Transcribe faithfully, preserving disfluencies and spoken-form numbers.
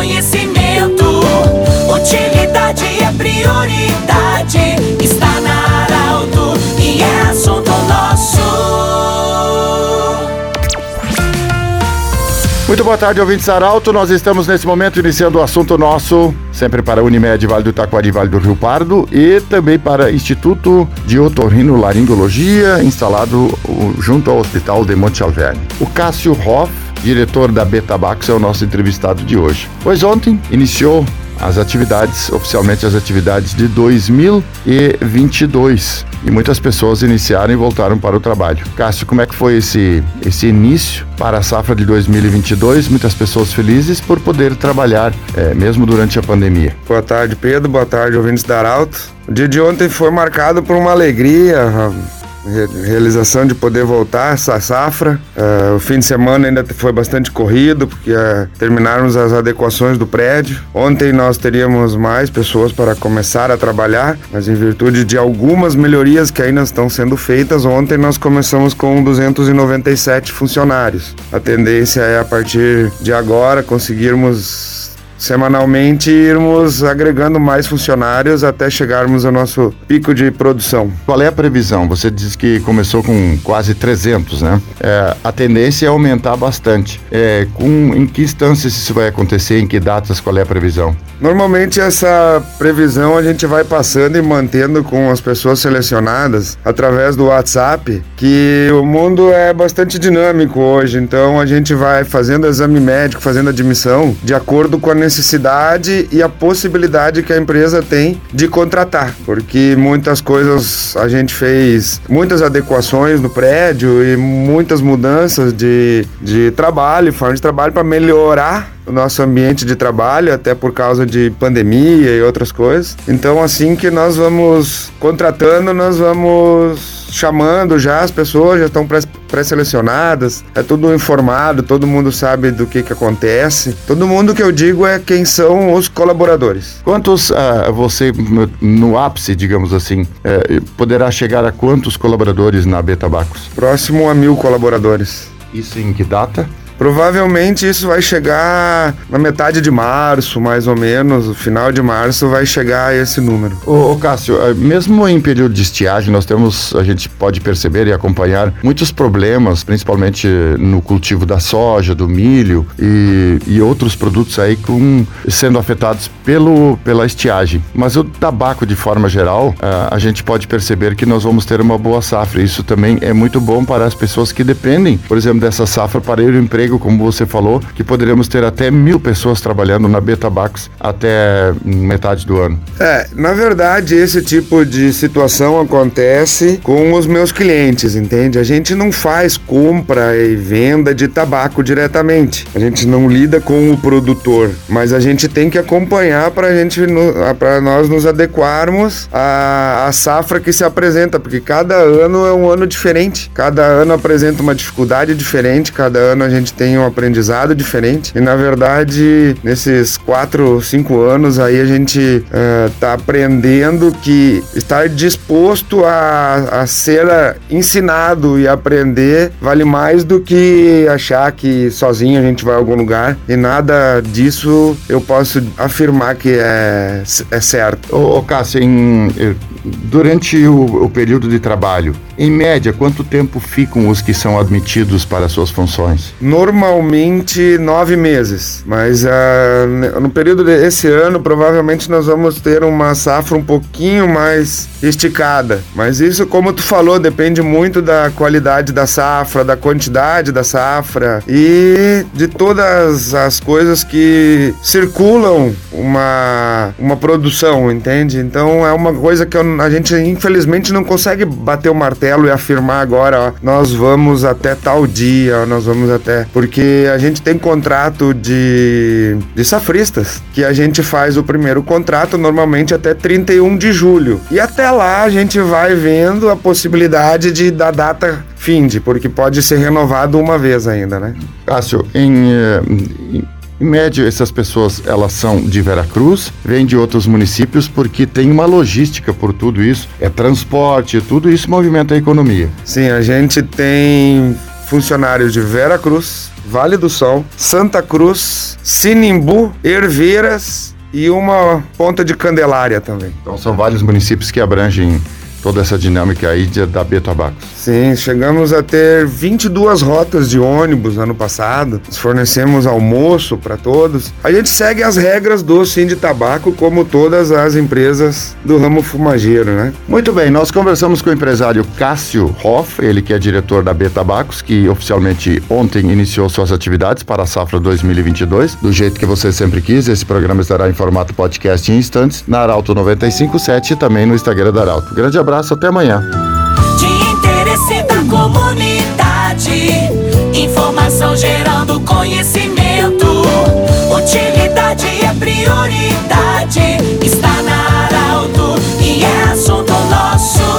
conhecimento. Utilidade é prioridade. Está na Arauto e é assunto nosso. Muito boa tarde, ouvintes Arauto. Nós estamos nesse momento iniciando o assunto nosso, sempre para a Unimed Vale do Taquari, Vale do Rio Pardo, e também para Instituto de Otorrinolaringologia, instalado junto ao Hospital de Monte Alverne. O Cássio Hoff, diretor da Betabacos, é o nosso entrevistado de hoje. Pois ontem iniciou as atividades, oficialmente as atividades de dois mil e vinte e dois, e muitas pessoas iniciaram e voltaram para o trabalho. Cássio, como é que foi esse, esse início para a safra de dois mil e vinte e dois? Muitas pessoas felizes por poder trabalhar, é, mesmo durante a pandemia. Boa tarde, Pedro. Boa tarde, ouvintes da Arauto. O dia de ontem foi marcado por uma alegria, realização de poder voltar essa safra. Uh, o fim de semana ainda foi bastante corrido, porque uh, terminarmos as adequações do prédio. Ontem nós teríamos mais pessoas para começar a trabalhar, mas em virtude de algumas melhorias que ainda estão sendo feitas, ontem nós começamos com duzentos e noventa e sete funcionários. A tendência é, a partir de agora, conseguirmos semanalmente irmos agregando mais funcionários até chegarmos ao nosso pico de produção. Qual é a previsão? Você disse que começou com quase trezentos, né? É, a tendência é aumentar bastante. É, com, em que instâncias isso vai acontecer? Em que datas? Qual é a previsão? Normalmente essa previsão a gente vai passando e mantendo com as pessoas selecionadas através do WhatsApp, que o mundo é bastante dinâmico hoje, então a gente vai fazendo exame médico, fazendo admissão de acordo com a necessidade e a possibilidade que a empresa tem de contratar, porque muitas coisas a gente fez, muitas adequações no prédio e muitas mudanças de, de trabalho, forma de trabalho para melhorar o nosso ambiente de trabalho, até por causa de pandemia e outras coisas. Então, assim que nós vamos contratando, nós vamos chamando já, as pessoas já estão pré-selecionadas, é tudo informado, todo mundo sabe do que que acontece. Todo mundo que eu digo é quem são os colaboradores. Quantos, uh, você, no ápice, digamos assim, uh, poderá chegar a quantos colaboradores na Betabacos? Próximo a mil colaboradores. Isso em que data? Provavelmente isso vai chegar na metade de março, mais ou menos, no final de março vai chegar a esse número. Ô, ô Cássio, mesmo em período de estiagem, nós temos, a gente pode perceber e acompanhar muitos problemas, principalmente no cultivo da soja, do milho e, e outros produtos aí com, sendo afetados pelo, pela estiagem. Mas o tabaco, de forma geral, a, a gente pode perceber que nós vamos ter uma boa safra. Isso também é muito bom para as pessoas que dependem, por exemplo, dessa safra para ir ao emprego, como você falou, que poderíamos ter até mil pessoas trabalhando na Betabacos até metade do ano. É, na verdade, esse tipo de situação acontece com os meus clientes, entende? A gente não faz compra e venda de tabaco diretamente. A gente não lida com o produtor, mas a gente tem que acompanhar para a gente, para nós nos adequarmos à, à safra que se apresenta, porque cada ano é um ano diferente. Cada ano apresenta uma dificuldade diferente, cada ano a gente tem um aprendizado diferente e, na verdade, nesses quatro, cinco anos aí a gente uh, tá aprendendo que estar disposto a, a ser ensinado e aprender vale mais do que achar que sozinho a gente vai a algum lugar, e nada disso eu posso afirmar que é, é certo. Ô, ô Cássio, em, durante o, o período de trabalho, em média, quanto tempo ficam os que são admitidos para suas funções? Normalmente nove meses, mas uh, no período desse ano provavelmente nós vamos ter uma safra um pouquinho mais esticada, mas isso, como tu falou, depende muito da qualidade da safra, da quantidade da safra e de todas as coisas que circulam uma, uma produção, entende? Então é uma coisa que eu, a gente infelizmente não consegue bater o martelo e afirmar agora, ó, nós vamos até tal dia, ó, nós vamos até... Porque a gente tem contrato de, de safristas, que a gente faz o primeiro contrato normalmente até trinta e um de julho. E até lá a gente vai vendo a possibilidade de da data finde, porque pode ser renovado uma vez ainda, né? Cássio, em... em... Em média, essas pessoas, elas são de Veracruz, vêm de outros municípios, porque tem uma logística por tudo isso, é transporte, tudo isso movimenta a economia. Sim, a gente tem funcionários de Veracruz, Vale do Sol, Santa Cruz, Sinimbu, Herveiras e uma ponta de Candelária também. Então são vários municípios que abrangem toda essa dinâmica aí de, da B Tabacos. Sim, chegamos a ter vinte e duas rotas de ônibus ano passado. Nós fornecemos almoço para todos. A gente segue as regras do Sinditabaco, como todas as empresas do ramo fumageiro, né? Muito bem, nós conversamos com o empresário Cássio Hoff, ele que é diretor da B Tabacos, que oficialmente ontem iniciou suas atividades para a safra dois mil e vinte e dois. Do jeito que você sempre quis, esse programa estará em formato podcast em instantes, na Arauto noventa e cinco ponto sete e também no Instagram da Arauto. Grande abraço, até amanhã. De interesse da comunidade, informação gerando conhecimento. Utilidade é prioridade, está na Arauto e é assunto nosso.